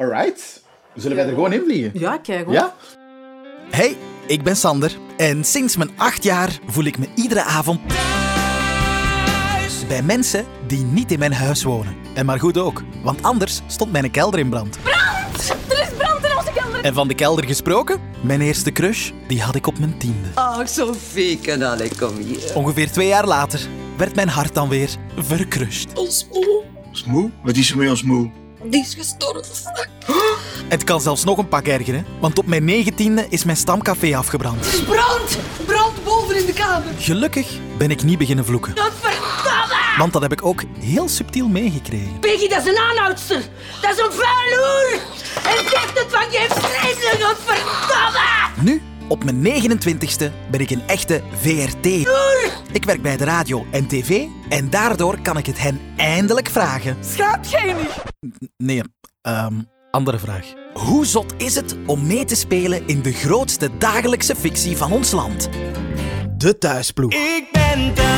Alright. Zullen wij er gewoon in vliegen? Ja, kijk hoor. Ja? Hey, ik ben Sander en sinds mijn 8 jaar voel ik me iedere avond thuis bij mensen die niet in mijn huis wonen. En maar goed ook, want anders stond mijn kelder in brand. Brand! Er is brand in onze kelder! En van de kelder gesproken, mijn eerste crush, die had ik op mijn 10e. Ach, Sofieke, allee, kom hier. Ongeveer 2 jaar later werd mijn hart dan weer verkrust. Ons moe, Smoe? Wat is er met ons moe? die is gestorven. Het kan zelfs nog een pak ergeren, want op mijn 19e is mijn stamcafé afgebrand. Er is brand! Brand boven in de kamer. Gelukkig ben ik niet beginnen vloeken, Godverdamme! want dat heb ik ook heel subtiel meegekregen. Peggy, dat is een aanhoudster. Dat is een vuil hoer. En zegt het van je vreselijk, godverdamme! Nu, op mijn 29e, ben ik een echte VRT. Ik werk bij de radio en tv en daardoor kan ik het hen eindelijk vragen. Schaamt jij niet? Nee, andere vraag. Hoe zot is het om mee te spelen in de grootste dagelijkse fictie van ons land? De Thuisploeg. Ik ben thuis,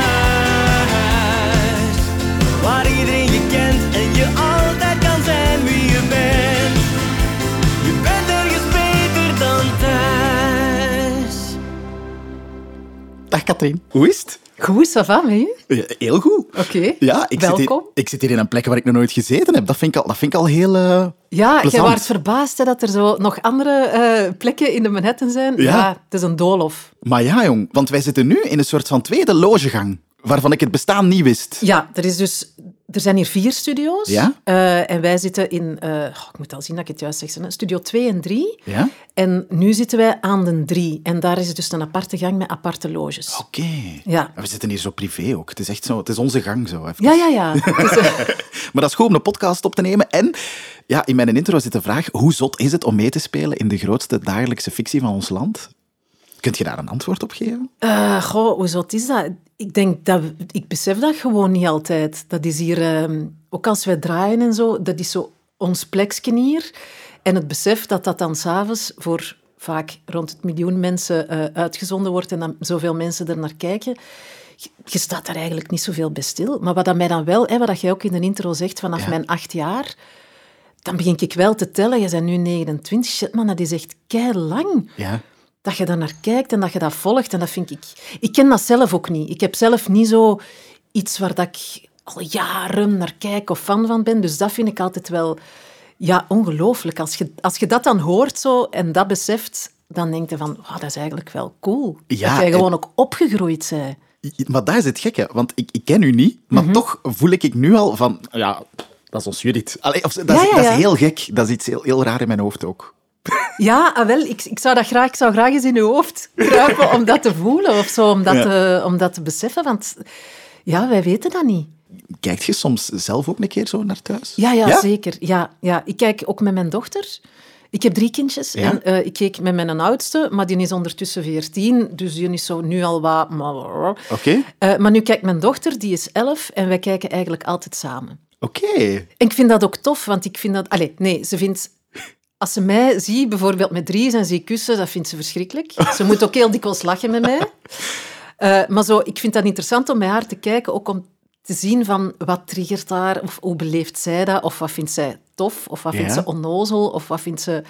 waar iedereen je kent en je altijd kan zijn wie je bent. Je bent ergens beter dan thuis. Dag Katrien. Hoe is het? Goed, ça va met je? Ja, heel goed. Oké, Ja, welkom. Ik zit hier in een plek waar ik nog nooit gezeten heb. Dat vind ik al heel Ja, jij plezant. waart verbaasd hè, dat er zo nog andere plekken in de Manhattan zijn. Ja. Het is een doolhof. Maar ja, jong. Want wij zitten nu in een soort van tweede logegang. Waarvan ik het bestaan niet wist. Ja, er zijn hier 4 studio's. Ja? En wij zitten in, ik moet al zien dat ik het juist zeg, hè, studio 2 en 3. Ja? En nu zitten wij aan de 3. En daar is dus een aparte gang met aparte loges. Oké. Ja. We zitten hier zo privé ook. Het is echt zo... Het is onze gang zo. Even. Ja. Dus, Maar dat is goed om een podcast op te nemen. En ja, in mijn intro zit de vraag... Hoe zot is het om mee te spelen in de grootste dagelijkse fictie van ons land? Kunt je daar een antwoord op geven? hoe zot is dat? Ik denk dat... Ik besef dat gewoon niet altijd. Dat is hier... ook als wij draaien en zo, dat is zo ons plekje hier. En het besef dat dat dan s'avonds voor vaak rond het miljoen mensen uitgezonden wordt en dan zoveel mensen er naar kijken... Je staat daar eigenlijk niet zoveel bij stil. Maar wat dat mij dan wel... wat jij ook in de intro zegt, vanaf mijn 8 jaar... Dan begin ik wel te tellen. Je bent nu 29. Shit, man, dat is echt keilang. Ja. Dat je daar naar kijkt en dat je dat volgt. En dat vind ik... Ik ken dat zelf ook niet. Ik heb zelf niet zo iets waar dat ik al jaren naar kijk of fan van ben. Dus dat vind ik altijd wel ongelooflijk. Als je dat dan hoort zo, en dat beseft, dan denk je van, dat is eigenlijk wel cool. Ja, dat jij gewoon ook opgegroeid bent. Maar dat is het gekke. Want ik ken u niet, maar toch voel ik nu al van... Ja, dat is ons Judith. Allee, dat is heel gek. Dat is iets heel raar in mijn hoofd ook. Ja, wel, ik zou graag eens in je hoofd kruipen om dat te voelen of zo, om dat te beseffen. Want ja, wij weten dat niet. Kijkt je soms zelf ook een keer zo naar thuis? Ja? Zeker. Ja. Ik kijk ook met mijn dochter. Ik heb 3 kindjes en ik keek met mijn oudste, maar die is ondertussen 14, dus die is zo nu al wat... Oké. Maar nu kijkt mijn dochter, die is 11, en wij kijken eigenlijk altijd samen. Oké. En ik vind dat ook tof, want ik vind dat... ze vindt... Als ze mij ziet, bijvoorbeeld met 3 en zie kussen, dat vindt ze verschrikkelijk. Ze moet ook heel dikwijls lachen met mij. Maar zo, ik vind dat interessant om met haar te kijken, ook om te zien van wat triggert haar, of hoe beleeft zij dat, of wat vindt zij tof, of wat vindt ze onnozel, of wat vindt ze...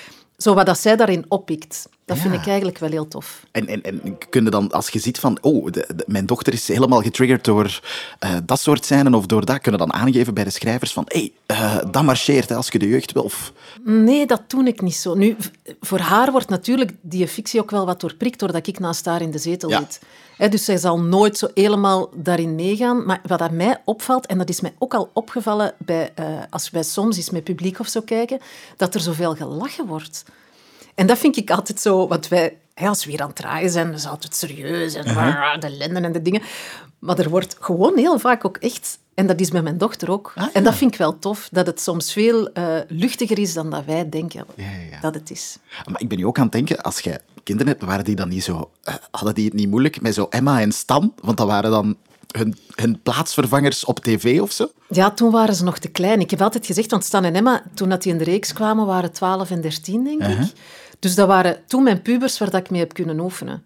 Zo wat dat zij daarin oppikt, dat vind ik eigenlijk wel heel tof. En kun je dan, als je ziet van... mijn dochter is helemaal getriggerd door dat soort scènes of door dat, kun je dan aangeven bij de schrijvers van... Dat marcheert als je de jeugd wil. Of... Nee, dat doe ik niet zo. Nu, voor haar wordt natuurlijk die fictie ook wel wat doorprikt doordat ik naast haar in de zetel zit. Dus zij zal nooit zo helemaal daarin meegaan. Maar wat dat mij opvalt, en dat is mij ook al opgevallen als wij soms eens met publiek of zo kijken, dat er zoveel gelachen wordt. En dat vind ik altijd zo, want wij, als we hier aan het draaien zijn, dat is altijd serieus en de lenden en de dingen. Maar er wordt gewoon heel vaak ook echt... En dat is met mijn dochter ook. En dat vind ik wel tof, dat het soms veel luchtiger is dan dat wij denken dat het is. Maar ik ben nu ook aan het denken, als je kinderen hebt, waren die dan niet zo... hadden die het niet moeilijk met zo Emma en Stan? Want dat waren dan hun plaatsvervangers op tv of zo? Ja, toen waren ze nog te klein. Ik heb altijd gezegd, want Stan en Emma, toen dat die in de reeks kwamen, waren 12 en 13, denk ik. Dus dat waren toen mijn pubers waar dat ik mee heb kunnen oefenen.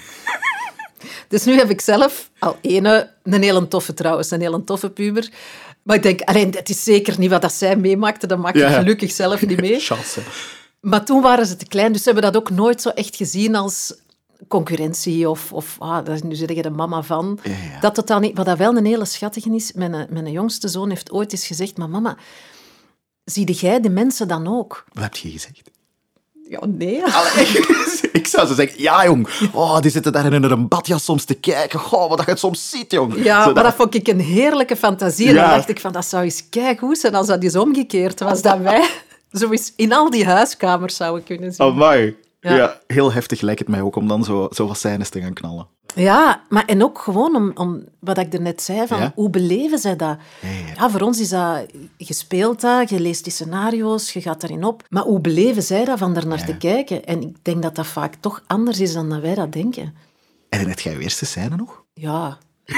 Dus nu heb ik zelf al een hele toffe trouwens, een hele toffe puber. Maar ik denk, alleen, het is zeker niet wat dat zij meemaakte. Dat maak ik gelukkig zelf niet mee. Chance. Maar toen waren ze te klein, dus ze hebben dat ook nooit zo echt gezien als concurrentie of nu zeg je de mama van. Ja. Dat totaal niet. Wat dat wel een hele schattige is, mijn jongste zoon heeft ooit eens gezegd, maar mama, zie jij de mensen dan ook? Wat heb je gezegd? Ja, nee. Ik zou zo zeggen, ja jong, die zitten daar in een badjas soms te kijken. Wat dat je het soms ziet, jong. Ja, Zo maar dat vond ik een heerlijke fantasie. En dan dacht ik van, dat zou eens keigoed zijn als dat eens omgekeerd was. Dat wij zo eens in al die huiskamers zouden kunnen zien. Amai. Ja. Ja, heel heftig lijkt het mij ook om dan zo wat scènes te gaan knallen. Ja, maar en ook gewoon om wat ik er net zei, van hoe beleven zij dat? Ja, voor ons is dat, je speelt dat, je leest die scenario's, je gaat daarin op. Maar hoe beleven zij dat van er naar te kijken? En ik denk dat dat vaak toch anders is dan dat wij dat denken. En net jij eerste scène nog? Ja.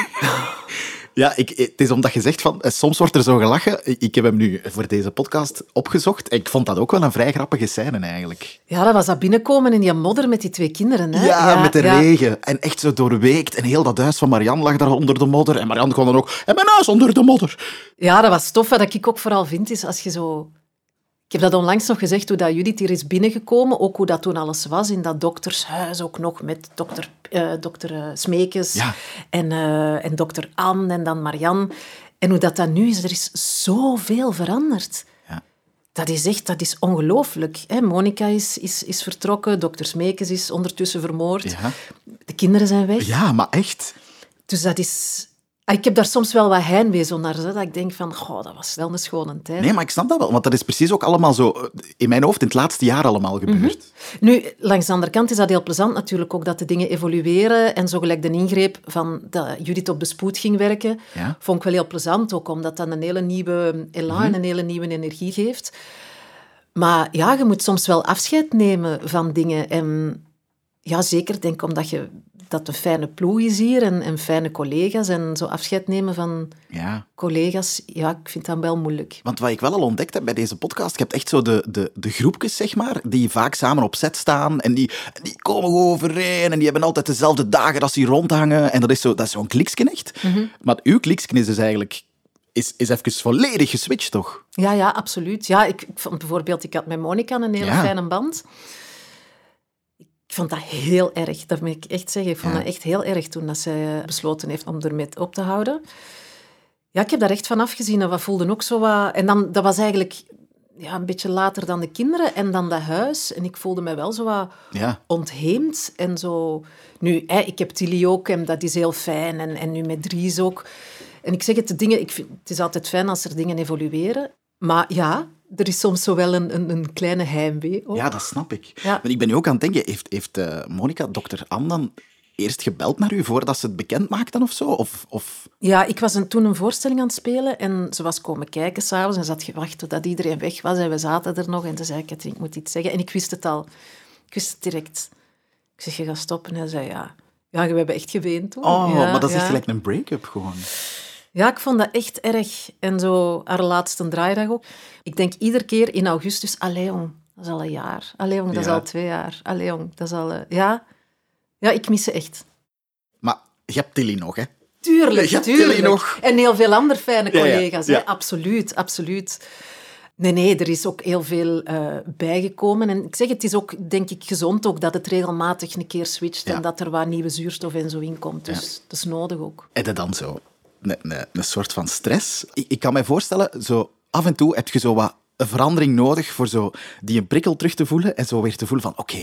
Ja, het is omdat je zegt van, soms wordt er zo gelachen. Ik heb hem nu voor deze podcast opgezocht. En ik vond dat ook wel een vrij grappige scène eigenlijk. Ja, dat was dat binnenkomen in die modder met die 2 kinderen. Hè? Ja, met de regen. En echt zo doorweekt. En heel dat huis van Marianne lag daar onder de modder. En Marianne kon dan ook, en mijn huis onder de modder. Ja, dat was tof. Wat ik ook vooral vind, is als je zo... Ik heb dat onlangs nog gezegd, hoe dat Judith hier is binnengekomen. Ook hoe dat toen alles was in dat doktershuis. Ook nog met dokter Smeekes en dokter Anne en dan Marianne. En hoe dat nu is, er is zoveel veranderd. Ja. Dat is ongelooflijk. Monica is vertrokken, dokter Smeekes is ondertussen vermoord. Ja. De kinderen zijn weg. Ja, maar echt. Dus dat is... Ik heb daar soms wel wat heimwee zo naar, dat ik denk van, dat was wel een schone tijd. Nee, maar ik snap dat wel, want dat is precies ook allemaal zo in mijn hoofd in het laatste jaar allemaal gebeurd. Nu, langs de andere kant is dat heel plezant natuurlijk ook, dat de dingen evolueren en zo gelijk de ingreep van dat Judith op de spoed ging werken, vond ik wel heel plezant ook, omdat dat een hele nieuwe elan en een hele nieuwe energie geeft. Maar ja, je moet soms wel afscheid nemen van dingen en ja, zeker denk omdat dat een fijne ploeg is hier en fijne collega's en zo afscheid nemen van collega's, ja, ik vind dat wel moeilijk. Want wat ik wel al ontdekt heb bij deze podcast, je hebt echt zo de groepjes, zeg maar, die vaak samen op set staan en die komen overeen en die hebben altijd dezelfde dagen dat ze hier rondhangen en dat is zo'n kliksken echt. Maar uw kliksken is dus eigenlijk... Is even volledig geswitcht, toch? Ja, absoluut. Ja, ik vond bijvoorbeeld, ik had met Monica een hele fijne band. Ik vond dat heel erg, dat moet ik echt zeggen. Ik vond dat echt heel erg toen dat zij besloten heeft om ermee op te houden. Ja, ik heb daar echt van afgezien en wat voelde ook zo wat... En dan, dat was eigenlijk een beetje later dan de kinderen en dan dat huis. En ik voelde me wel zo wat ontheemd en zo... Nu, ik heb Tilly ook en dat is heel fijn. En nu met Dries ook. En ik zeg het, het is altijd fijn als er dingen evolueren. Maar ja... Er is soms zo wel een kleine heimwee ook. Ja, dat snap ik. Ja. Maar ik ben nu ook aan het denken, heeft Monica, dokter Anne dan eerst gebeld naar u voordat ze het bekend maakt dan of zo? Of... Ja, ik was toen een voorstelling aan het spelen en ze was komen kijken s'avonds en ze had gewacht totdat iedereen weg was en we zaten er nog en ze zei, Katrien, ik moet iets zeggen. En ik wist het al. Ik wist het direct. Ik zeg, je gaat stoppen. En hij zei, ja, we hebben echt geweend toen. Maar dat is echt gelijk een break-up gewoon. Ja, ik vond dat echt erg. En zo haar laatste draaidag ook. Ik denk iedere keer in augustus, allee jong, dat is al een jaar. Allee jong, dat is al 2 jaar. Allee jong, dat is al... Ja, ik mis ze echt. Maar je hebt Tilly nog, hè? Tuurlijk. Tilly nog. En heel veel andere fijne collega's. Ja. Hè? Absoluut. Nee, er is ook heel veel bijgekomen. En ik zeg, het is ook, denk ik, gezond ook dat het regelmatig een keer switcht en dat er wat nieuwe zuurstof en zo in komt. Dus dat is nodig ook. En dat dan zo... Een soort van stress. Ik kan me voorstellen, zo af en toe heb je zo wat een verandering nodig voor zo die een prikkel terug te voelen en zo weer te voelen van oké,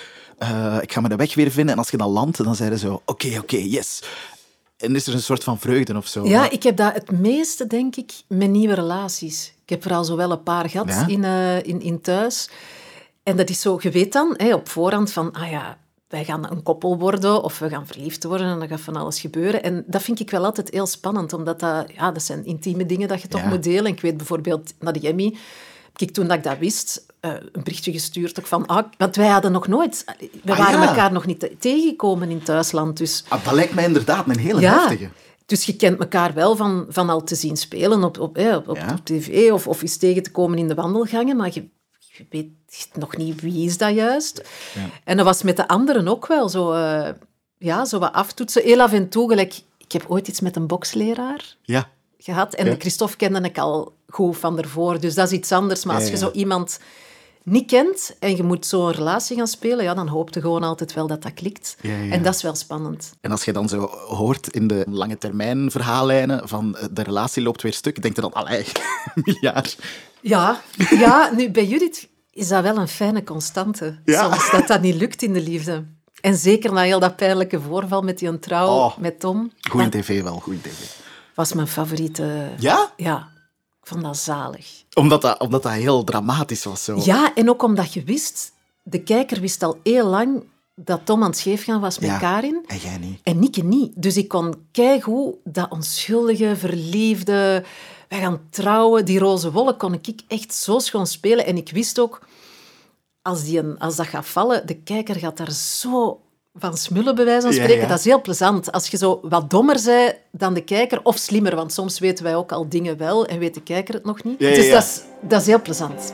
ik ga mijn weg weer vinden. En als je dan landt, dan zei je zo oké, yes. En is er een soort van vreugde of zo? Ja, ik heb dat het meeste, denk ik, met nieuwe relaties. Ik heb er al zo wel een paar gehad in thuis. En dat is zo, je weet dan op voorhand van, wij gaan een koppel worden of we gaan verliefd worden en dan gaat van alles gebeuren. En dat vind ik wel altijd heel spannend, omdat dat zijn intieme dingen dat je toch moet delen. En ik weet bijvoorbeeld, naar de Emmy, heb ik toen dat ik dat wist, een berichtje gestuurd ook van... want wij hadden nog nooit... We waren elkaar nog niet tegengekomen in thuisland. Dus, dat lijkt mij inderdaad een hele heftige. Dus je kent elkaar wel van al te zien spelen op tv of eens tegen te komen in de wandelgangen, maar je weet nog niet wie is dat juist. Ja. En dat was met de anderen ook wel zo, zo wat aftoetsen. Heel af en toe, gelijk... Ik heb ooit iets met een boksleraar gehad. En Christophe kende ik al goed van daarvoor. Dus dat is iets anders. Maar als je zo iemand niet kent en je moet zo'n relatie gaan spelen, ja, dan hoop je gewoon altijd wel dat dat klikt. Ja. En dat is wel spannend. En als je dan zo hoort in de lange termijn verhaallijnen van de relatie loopt weer stuk, denk je dan, allee, miljard. Ja, nu bij Judith is dat wel een fijne constante. Ja. Soms dat niet lukt in de liefde. En zeker na heel dat pijnlijke voorval met die trouw met Tom. Goeie tv wel, goeie tv. Was mijn favoriete... Ja? Ja, ik vond dat zalig. Omdat dat heel dramatisch was. Zo. Ja, en ook omdat je wist... De kijker wist al heel lang dat Tom aan het scheefgaan was met Karin. En jij niet. En Nikke niet. Dus ik kon keigoed dat onschuldige, verliefde... Wij gaan trouwen. Die roze wolk kon ik echt zo schoon spelen. En ik wist ook, als dat gaat vallen, de kijker gaat daar zo van smullen, bij wijze van spreken. Ja. Dat is heel plezant. Als je zo wat dommer bent dan de kijker, of slimmer, want soms weten wij ook al dingen wel en weet de kijker het nog niet. Ja. Dus dat is heel plezant.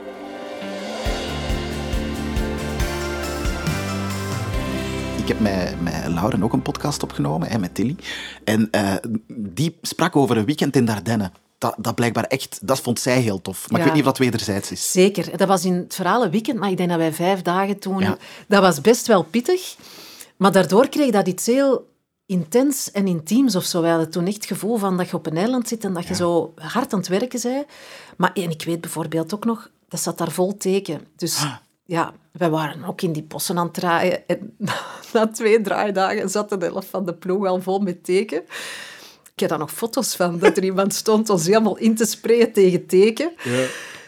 Ik heb met Lauren ook een podcast opgenomen, met Tilly. En die sprak over een weekend in Dardenne. Dat blijkbaar echt... Dat vond zij heel tof. Maar ik weet niet of dat wederzijds is. Zeker. Dat was in het verhaal een weekend, maar ik denk dat wij 5 dagen toen... Ja. Dat was best wel pittig. Maar daardoor kreeg dat iets heel intens en intiems of zo. We hadden toen echt het gevoel van dat je op een eiland zit en dat je zo hard aan het werken bent. Maar en ik weet bijvoorbeeld ook nog, dat zat daar vol teken. Dus ja, wij waren ook in die bossen aan het draaien. En na 2 draaidagen zat de helft van de ploeg al vol met teken. Ik heb daar nog foto's van, dat er iemand stond ons helemaal in te sprayen tegen teken. Ja.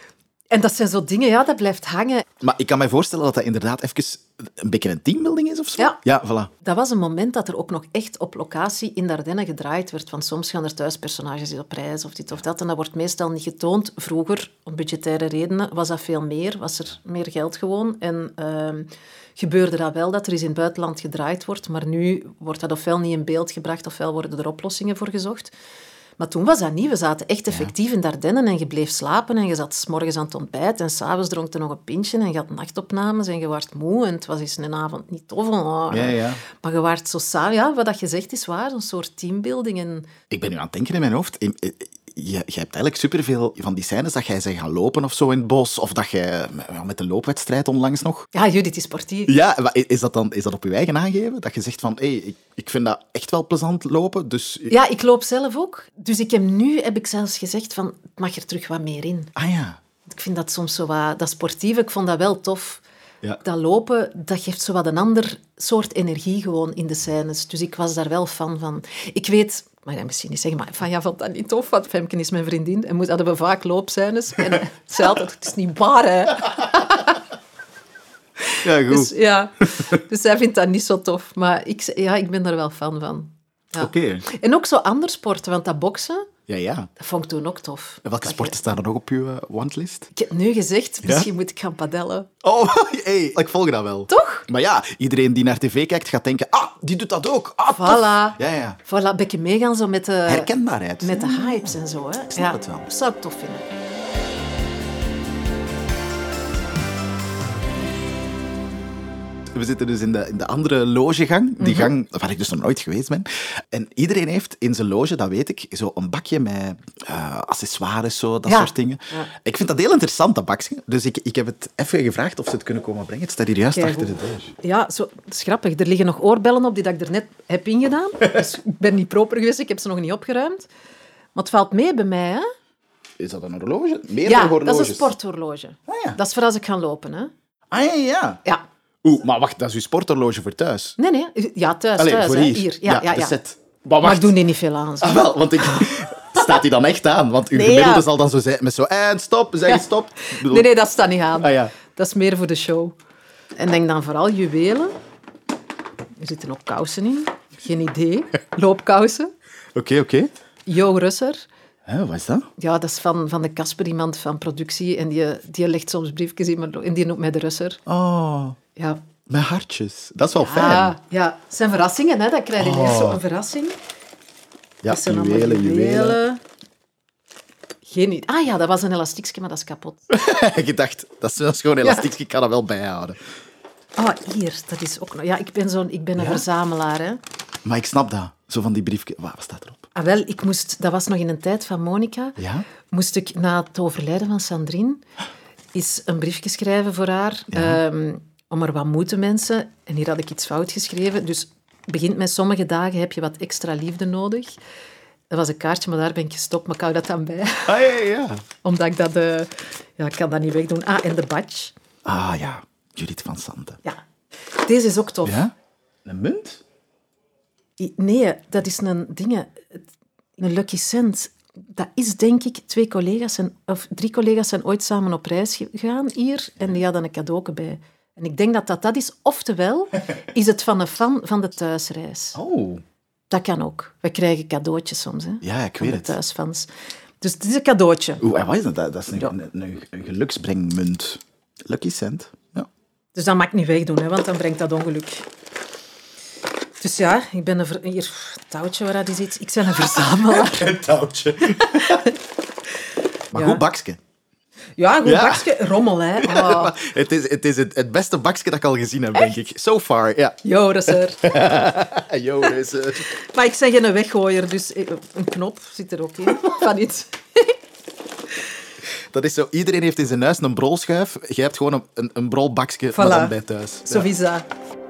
En dat zijn zo dingen, dat blijft hangen. Maar ik kan me voorstellen dat dat inderdaad even een beetje een teambuilding is of zo. Ja. Ja, voilà. Dat was een moment dat er ook nog echt op locatie in Dardenne gedraaid werd. Want soms gaan er thuis personages op reis of dit of dat. En dat wordt meestal niet getoond. Vroeger, om budgettaire redenen, was dat veel meer. Was er meer geld gewoon. En gebeurde dat wel, dat er eens in het buitenland gedraaid wordt. Maar nu wordt dat ofwel niet in beeld gebracht, ofwel worden er oplossingen voor gezocht. Maar toen was dat niet. We zaten echt effectief in Dardenne en je bleef slapen en je zat 's morgens aan het ontbijt en 's avonds dronk je nog een pintje en je had nachtopnames en je werd moe en het was eens een avond niet tof. Ja. Maar je werd zo samen, wat je zegt is waar, een soort teambuilding. En... Ik ben nu aan het denken in mijn hoofd. Je hebt eigenlijk superveel van die scènes dat jij bent gaan lopen of zo in het bos, of dat jij met een loopwedstrijd onlangs nog. Ja, Judith is sportief. Ja, maar is dat op je eigen aangeven? Dat je zegt van, ik vind dat echt wel plezant lopen, dus... Ja, ik loop zelf ook. Dus heb ik zelfs gezegd van, het mag er terug wat meer in. Ah ja. Ik vind dat soms zo wat... Dat sportieve, ik vond dat wel tof. Ja. Dat lopen, dat geeft zo wat een ander soort energie gewoon in de scènes. Dus ik was daar wel fan van. Ik weet... Maar dat misschien niet zeggen, maar Vanja vond dat niet tof, want Femke is mijn vriendin en hadden we vaak loopscènes. En zei altijd, het is niet waar, hè. Ja, goed. Dus zij vindt dat niet zo tof. Maar ik ben daar wel fan van. Ja. Oké. En ook zo andere sporten, want dat boksen, Ja. dat vond ik toen ook tof. En welke sporten staan er nog op je wantlist? Ik heb nu gezegd, misschien moet ik gaan padellen. Oh, ik volg dat wel. Toch? Maar ja, iedereen die naar tv kijkt gaat denken, die doet dat ook. Tof. Voilà. Ja. Voilà, een beetje meegaan zo met de... Herkenbaarheid. Met de hypes en zo, hè. Ik snap het wel. Dat zou ik tof vinden. We zitten dus in de andere logegang, die gang waar ik dus nog nooit geweest ben. En iedereen heeft in zijn loge, dat weet ik, zo een bakje met accessoires, zo, dat soort dingen. Ja. Ik vind dat heel interessant, dat bakje. Dus ik heb het even gevraagd of ze het kunnen komen brengen. Het staat hier juist achter de deur. Ja, dat is grappig. Er liggen nog oorbellen op die dat ik er net heb ingedaan. Dus ik ben niet proper geweest, ik heb ze nog niet opgeruimd. Maar het valt mee bij mij, hè? Is dat een horloge? Meerdere horloges? Dat is een sporthorloge. Ah, ja. Dat is voor als ik ga lopen, hè? Ah, ja. Ja. Maar wacht, dat is uw sporthorloge voor thuis? Nee. Ja, thuis. Allee, thuis, voor hè. hier. Ja. de set. Maar ik doe die niet veel aan. Zo. Ah, wel, want staat die dan echt aan? Want uw Nee, gemiddelde zal dan zo zijn, met zo, en stop, zeg stop. Ik bedoel- Nee, dat staat niet aan. Ah, ja. Dat is meer voor de show. En denk dan vooral juwelen. Er zitten ook kousen in. Geen idee. Loopkousen. Oké. Jo Russer. Wat is dat? Ja, dat is van de Casper, iemand van productie. En die legt soms briefjes in mijn en die noemt mij de Russer. Oh, Ja. met hartjes. Dat is wel fijn. Ja, het zijn verrassingen, hè. Dat krijg je ineens zo'n verrassing. Ja, Dat zijn allemaal juwelen. Geen idee. Ah ja, dat was een elastiekje, maar dat is kapot. Je dacht, dat is gewoon elastiek, ik kan dat wel bijhouden. Ah, hier, dat is ook nog... Ja, ik ben een verzamelaar, hè. Maar ik snap dat. Zo van die briefje. Wat staat erop? Ah, wel, dat was nog in een tijd van Monica, Ja? moest ik na het overlijden van Sandrine eens een briefje schrijven voor haar, om er wat moed te mensen. En hier had ik iets fout geschreven. Dus het begint met sommige dagen heb je wat extra liefde nodig. Dat was een kaartje, maar daar ben ik gestopt. Maar ik hou dat dan bij. Ja. Omdat ik dat... ik kan dat niet wegdoen. Ah, en de badge. Ah ja, Judith van Santen. Ja. Deze is ook tof. Ja? Een munt? Nee, dat is een Lucky Cent. Dat is, denk ik, 3 collega's zijn ooit samen op reis gegaan hier en die hadden een cadeau bij. En ik denk dat dat is. Oftewel, is het van een fan van de thuisreis. Oh. Dat kan ook. We krijgen cadeautjes soms, hè. Ja, ik van weet de het. thuisfans. Dus het is een cadeautje. Oeh, en wat is dat? Dat is een geluksbrengmunt. Lucky Cent. Ja. Dus dat mag ik niet wegdoen, hè, want dan brengt dat ongeluk. Dus ja, ik ben hier, touwtje waar dat is. Ik ben een verzamelaar. Een touwtje. Maar Ja. goed bakje. Ja, goed Ja. bakje. Rommel, hè. Oh. Het is het beste bakje dat ik al gezien heb, denk ik. So far, ja. Jo, dat is er. Yo, dat is het. Maar ik ben geen weggooier, dus een knop zit er ook in. Van iets. Dat is zo, iedereen heeft in zijn huis een brolschuif. Jij hebt gewoon een brolbakje Voilà. maar dan bij thuis. Zo is dat.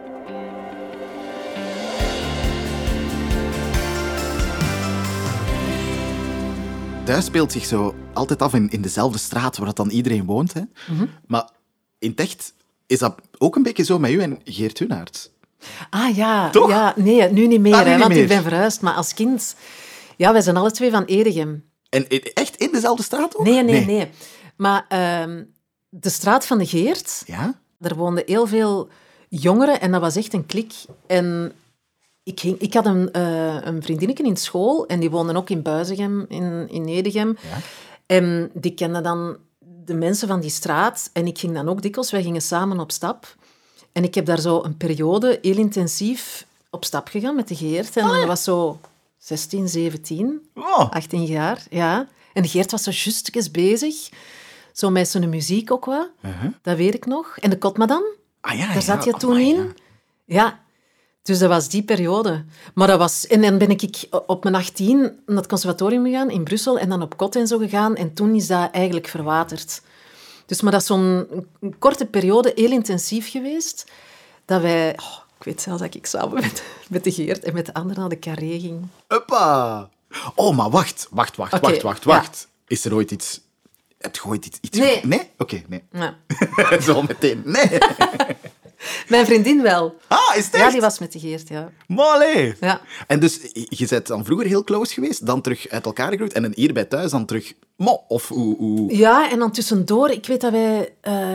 Thuis speelt zich zo altijd af in dezelfde straat waar dat dan iedereen woont. Hè. Maar in het echt is dat ook een beetje zo met u en Geert Hunaert. Ah ja, Toch? ja, nee, nu niet meer, Ah, nu hè, niet want meer. ik ben verhuisd. Maar als kind... Ja, wij zijn alle twee van Edegem. En echt in dezelfde straat ook? Nee. Maar de straat van de Geert, Ja? daar woonden heel veel jongeren en dat was echt een klik. En ik had een vriendinnetje in school en die woonde ook in Buizegem, in Edegem. Ja. En die kende dan de mensen van die straat. En ik ging dan ook dikwijls, wij gingen samen op stap. En ik heb daar zo een periode heel intensief op stap gegaan met de Geert. En dat was zo 16, 17, Oh. 18 jaar. Ja. En de Geert was zo justekes bezig. Zo met zijn muziek ook wat. Dat weet ik nog. En de Kotmadam, Ah, ja, daar zat je toen amai, in. Ja. Dus dat was die periode. Maar dat was... En dan ben ik op mijn 18 naar het conservatorium gegaan in Brussel en dan op kot en zo gegaan. En toen is dat eigenlijk verwaterd. Dus, maar dat is zo'n korte periode, heel intensief geweest, dat wij... Oh, ik weet zelfs dat ik samen met de Geert en met de anderen naar de Carré ging. Hoppa. Oh, maar wacht. ja. Is er ooit iets... Heb je ooit iets... Nee. Nee? Oké, nee. Ja. Zo meteen. Nee. Mijn vriendin wel. Ah, is het Ja, echt? die was met de Geert, ja. Molly. Ja. En dus, je bent dan vroeger heel close geweest, dan terug uit elkaar gegroeid, en dan hier bij thuis dan terug... Of hoe... Ja, en dan tussendoor, ik weet dat wij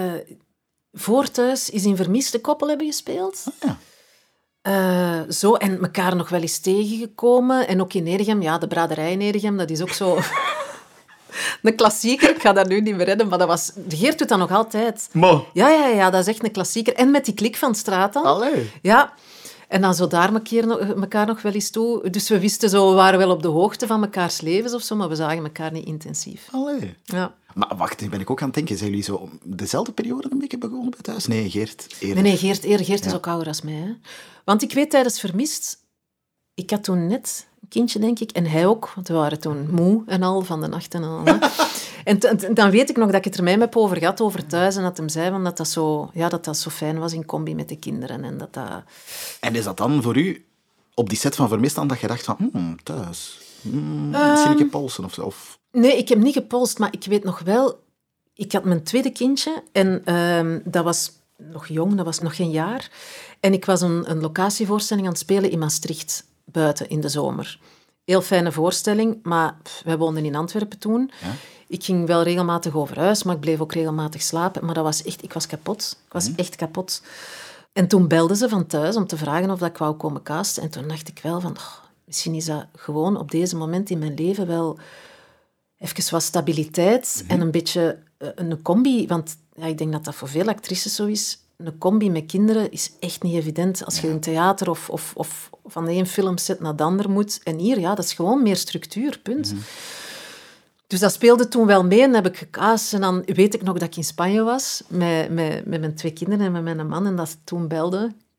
voor thuis eens in Vermiste Koppel hebben gespeeld. Ja. Zo, en elkaar nog wel eens tegengekomen. En ook in Edegem, ja, de braderij in Edegem, dat is ook zo... Een klassieker, ik ga dat nu niet meer redden, maar dat was... De Geert doet dat nog altijd. Mo. Ja, dat is echt een klassieker. En met die klik van straat dan. Allee. Ja. En dan zo daar elkaar nog wel eens toe. Dus we wisten zo, we waren wel op de hoogte van mekaars levens of zo, maar we zagen elkaar niet intensief. Allee. Ja. Maar wacht, nu ben ik ook aan het denken. Zijn jullie zo om dezelfde periode een beetje begonnen bij thuis? Nee, Geert eerder. Nee, Geert is ook ouder als mij. Hè. Want ik weet tijdens Vermist... Ik had toen net een kindje, denk ik, en hij ook. Want we waren toen moe en al, van de nacht en al. Hè. En dan weet ik nog dat ik het er mij heb over gehad, over thuis. En dat hem zei dat dat zo fijn was in combi met de kinderen. En dat... En is dat dan voor u op die set van Vermist dan dat je dacht van, thuis? Misschien een keer polsen of zo? Of... Nee, ik heb niet gepolst, maar ik weet nog wel... Ik had mijn tweede kindje en dat was nog jong, dat was nog geen jaar. En ik was een locatievoorstelling aan het spelen in Maastricht, buiten in de zomer. Heel fijne voorstelling, maar wij woonden in Antwerpen toen. Ja? Ik ging wel regelmatig over huis, maar ik bleef ook regelmatig slapen. Maar dat was echt... Ik was kapot. Ik was echt kapot. En toen belden ze van thuis om te vragen of dat ik wou komen casten. En toen dacht ik wel van... misschien is dat gewoon op deze moment in mijn leven wel... even wat stabiliteit en een beetje een combi. Want ja, ik denk dat dat voor veel actrices zo is. Een combi met kinderen is echt niet evident. Als je in theater of van de een filmset naar de ander moet. En hier, ja, dat is gewoon meer structuur, punt. Dus dat speelde toen wel mee en heb ik gecast. En dan weet ik nog dat ik in Spanje was met mijn 2 kinderen en met mijn man. En dat ze toen belden.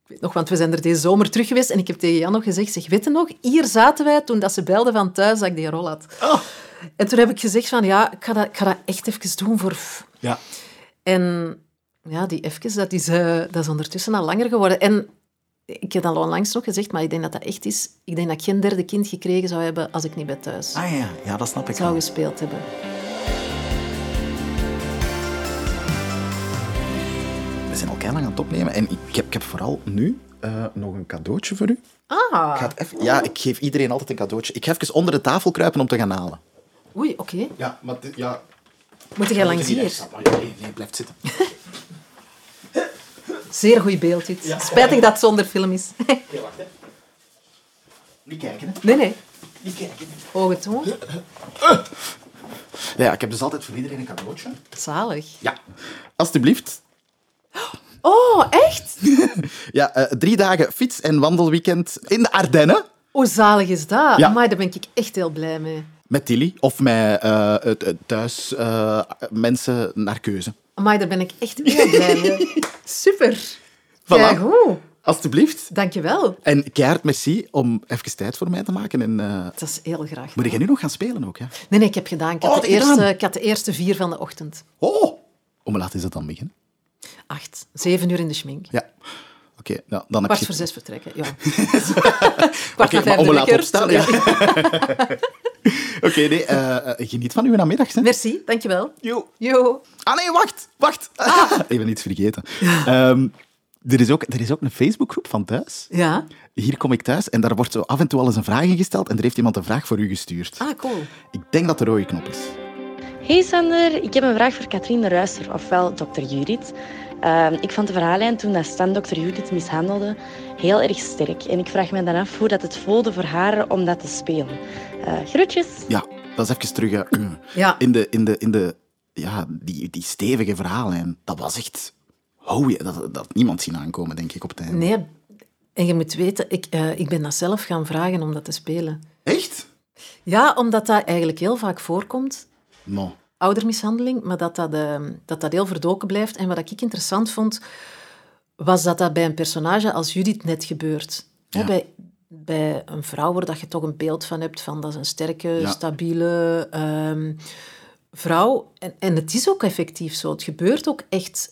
weet nog, want we zijn er deze zomer terug geweest en ik heb tegen Jan nog gezegd, zeg, weet je nog, hier zaten wij toen dat ze belden van thuis dat ik die rol had. Oh. En toen heb ik gezegd van, ja, ik ga dat echt even doen voor... Ja. En ja, die even, dat is ondertussen al langer geworden. En ik heb al onlangs nog gezegd, maar ik denk dat dat echt is. Ik denk dat ik geen derde kind gekregen zou hebben als ik niet bij thuis Ja, dat snap ik zou wel. gespeeld hebben. We zijn al keihard aan het opnemen en ik heb vooral nu nog een cadeautje voor u. Ah, Ik ga het even, ik geef iedereen altijd een cadeautje. Ik ga even onder de tafel kruipen om te gaan halen. oei, oké. Ja, maar Moet jij langs hier? Nee, blijf zitten. Zeer goed beeld, dit. Spijtig dat het zonder film is. Oké, wacht, hè. Niet kijken, hè. Nee. Niet kijken. Ogen toe. Ja, ik heb dus altijd voor iedereen een cadeautje. Zalig. Ja. Alsjeblieft. Oh, echt? Ja, 3 dagen fiets- en wandelweekend in de Ardennen. Hoe zalig is dat? Ja. Maar daar ben ik echt heel blij mee. Met Tilly. Of met thuis mensen naar keuze. Amai, daar ben ik echt heel blij mee. Super. Voilà. Ja, goed. Alsjeblieft. Dank je wel. En keihard merci om even tijd voor mij te maken. En, Dat is heel graag. moet jij nu nog gaan spelen ook? Hè? Nee, ik heb gedaan. Ik had de eerste 4 van de ochtend. Oh! Hoe laat is het dan beginnen? 8, 7 uur in de schmink. Ja. Oké, nou, dan heb 4:45 je... vertrekken, ja. Oké, maar om de laat wekker. opstaan. Ja. Oké, nee, geniet van uw namiddag. Hè. Merci, dankjewel. Jo. Jo. Ah nee, wacht. Even iets vergeten. Er is ook een Facebookgroep van thuis. Ja. Hier kom ik thuis en daar wordt zo af en toe al eens een vraag in gesteld en er heeft iemand een vraag voor u gestuurd. Ah, cool. Ik denk dat de rode knop is. Hey Sander, ik heb een vraag voor Katrien de Ruister, ofwel Dr. Judith. Ik vond de verhaallijn toen dat Stan Dr. Judith mishandelde heel erg sterk. En ik vraag me dan af hoe dat het voelde voor haar om dat te spelen. Groetjes! Ja, dat is even terug. Ja. In de die stevige verhaallijn. Dat was echt... dat niemand zien aankomen, denk ik, op het einde. Nee, en je moet weten, ik ben dat zelf gaan vragen om dat te spelen. Echt? Ja, omdat dat eigenlijk heel vaak voorkomt. No. Oudermishandeling, maar dat heel verdoken blijft. En wat ik interessant vond, was dat bij een personage als Judith net gebeurt. Ja. Bij een vrouw waar dat je toch een beeld van hebt van dat is een sterke, stabiele vrouw. En het is ook effectief zo. Het gebeurt ook echt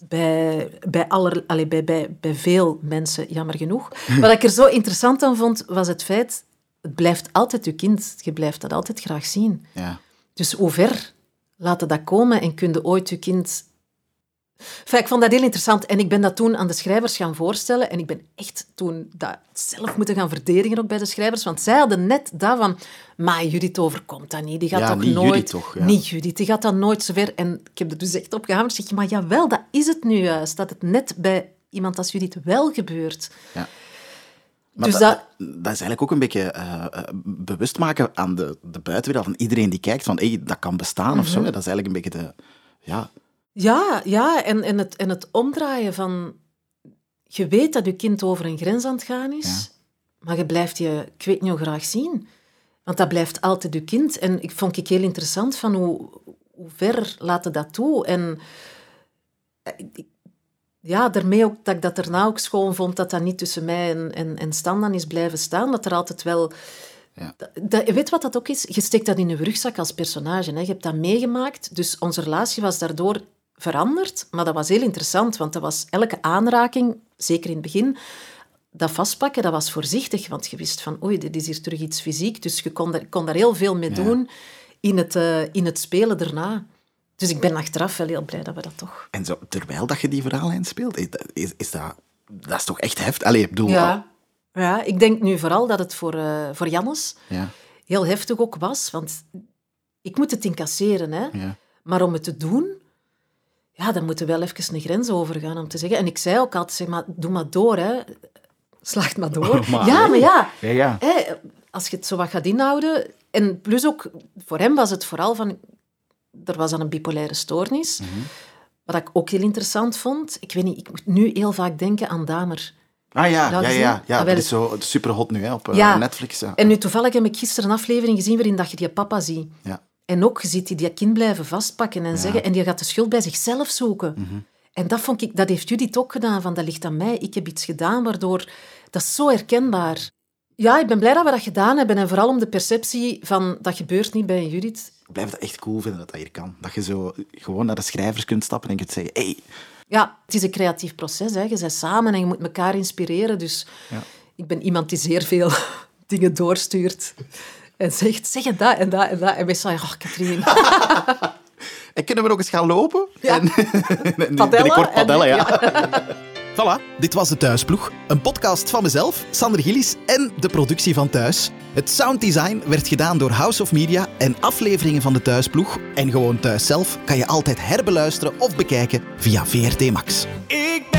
bij veel mensen, jammer genoeg. Wat ik er zo interessant aan vond, was het feit, het blijft altijd je kind. Je blijft dat altijd graag zien. Ja. Dus hoe ver laten dat komen en kun je ooit je kind... Enfin, ik vond dat heel interessant en ik ben dat toen aan de schrijvers gaan voorstellen en ik ben echt toen dat zelf moeten gaan verdedigen ook bij de schrijvers, want zij hadden net dat van, maar Judith overkomt dat niet, die gaat toch niet nooit... Judith toch, ja. Niet Judith, die gaat dat nooit zover. En ik heb er dus echt op gehamerd, zeg je, maar jawel, dat is het nu juist, dat het net bij iemand als Judith wel gebeurt. Ja. Maar Dus dat is eigenlijk ook een beetje bewust maken aan de buitenwereld, aan iedereen die kijkt, van hey, dat kan bestaan of zo. Hè. Dat is eigenlijk een beetje de... Ja, Ja, en het omdraaien van... Je weet dat je kind over een grens aan het gaan is, maar je blijft je, ik weet niet hoe graag zien. Want dat blijft altijd je kind. En ik vond ik heel interessant van hoe ver laten dat toe. En daarmee ook dat ik dat daarna ook schoon vond dat dat niet tussen mij en Stan dan is blijven staan. Dat er altijd wel... Ja. Weet wat dat ook is? Je steekt dat in je rugzak als personage. Hè? Je hebt dat meegemaakt. Dus onze relatie was daardoor veranderd. Maar dat was heel interessant, want dat was elke aanraking, zeker in het begin, dat vastpakken, dat was voorzichtig. Want je wist van, oei, dit is hier terug iets fysiek. Dus je kon daar heel veel mee doen in het spelen daarna. Dus ik ben achteraf wel heel blij dat we dat toch... En zo, terwijl dat je die verhaallijn speelt, is dat is toch echt heftig? Allee, ik bedoel... Ja, ik denk nu vooral dat het voor Jannes heel heftig ook was. Want ik moet het incasseren, hè. Ja. Maar om het te doen, dan moeten we wel even een grens overgaan om te zeggen. En ik zei ook altijd, zeg maar, doe maar door, hè. Slaagt maar door. Maar Ja. Hè, als je het zo wat gaat inhouden... En plus ook, voor hem was het vooral van... Er was dan een bipolaire stoornis. Wat ik ook heel interessant vond. Ik weet niet, ik moet nu heel vaak denken aan Dahmer. Ah ja, wel. dat is zo super hot nu hè, op Netflix. Ja. En nu toevallig heb ik gisteren een aflevering gezien waarin dat je die papa ziet. Ja. En ook, je ziet die kind blijven vastpakken en zeggen... En die gaat de schuld bij zichzelf zoeken. En dat heeft Judith ook gedaan, van dat ligt aan mij. Ik heb iets gedaan waardoor... Dat is zo herkenbaar. Ja, ik ben blij dat we dat gedaan hebben. En vooral om de perceptie van, dat gebeurt niet bij Judith. Ik blijf het echt cool vinden dat dat hier kan. Dat je zo gewoon naar de schrijvers kunt stappen en kunt zeggen... Hey. Ja, het is een creatief proces. Hè. Je bent samen en je moet elkaar inspireren. Dus ik ben iemand die zeer veel dingen doorstuurt. En zegt, zeg en dat en dat en dat. En wij zeggen, Katrien... En kunnen we nog eens gaan lopen? Ja. Binnenkort padellen, ja. Voilà, dit was De Thuisploeg. Een podcast van mezelf, Sander Gillis, en de productie van Thuis. Het sounddesign werd gedaan door House of Media en afleveringen van De Thuisploeg en gewoon Thuis zelf kan je altijd herbeluisteren of bekijken via VRT Max. Ik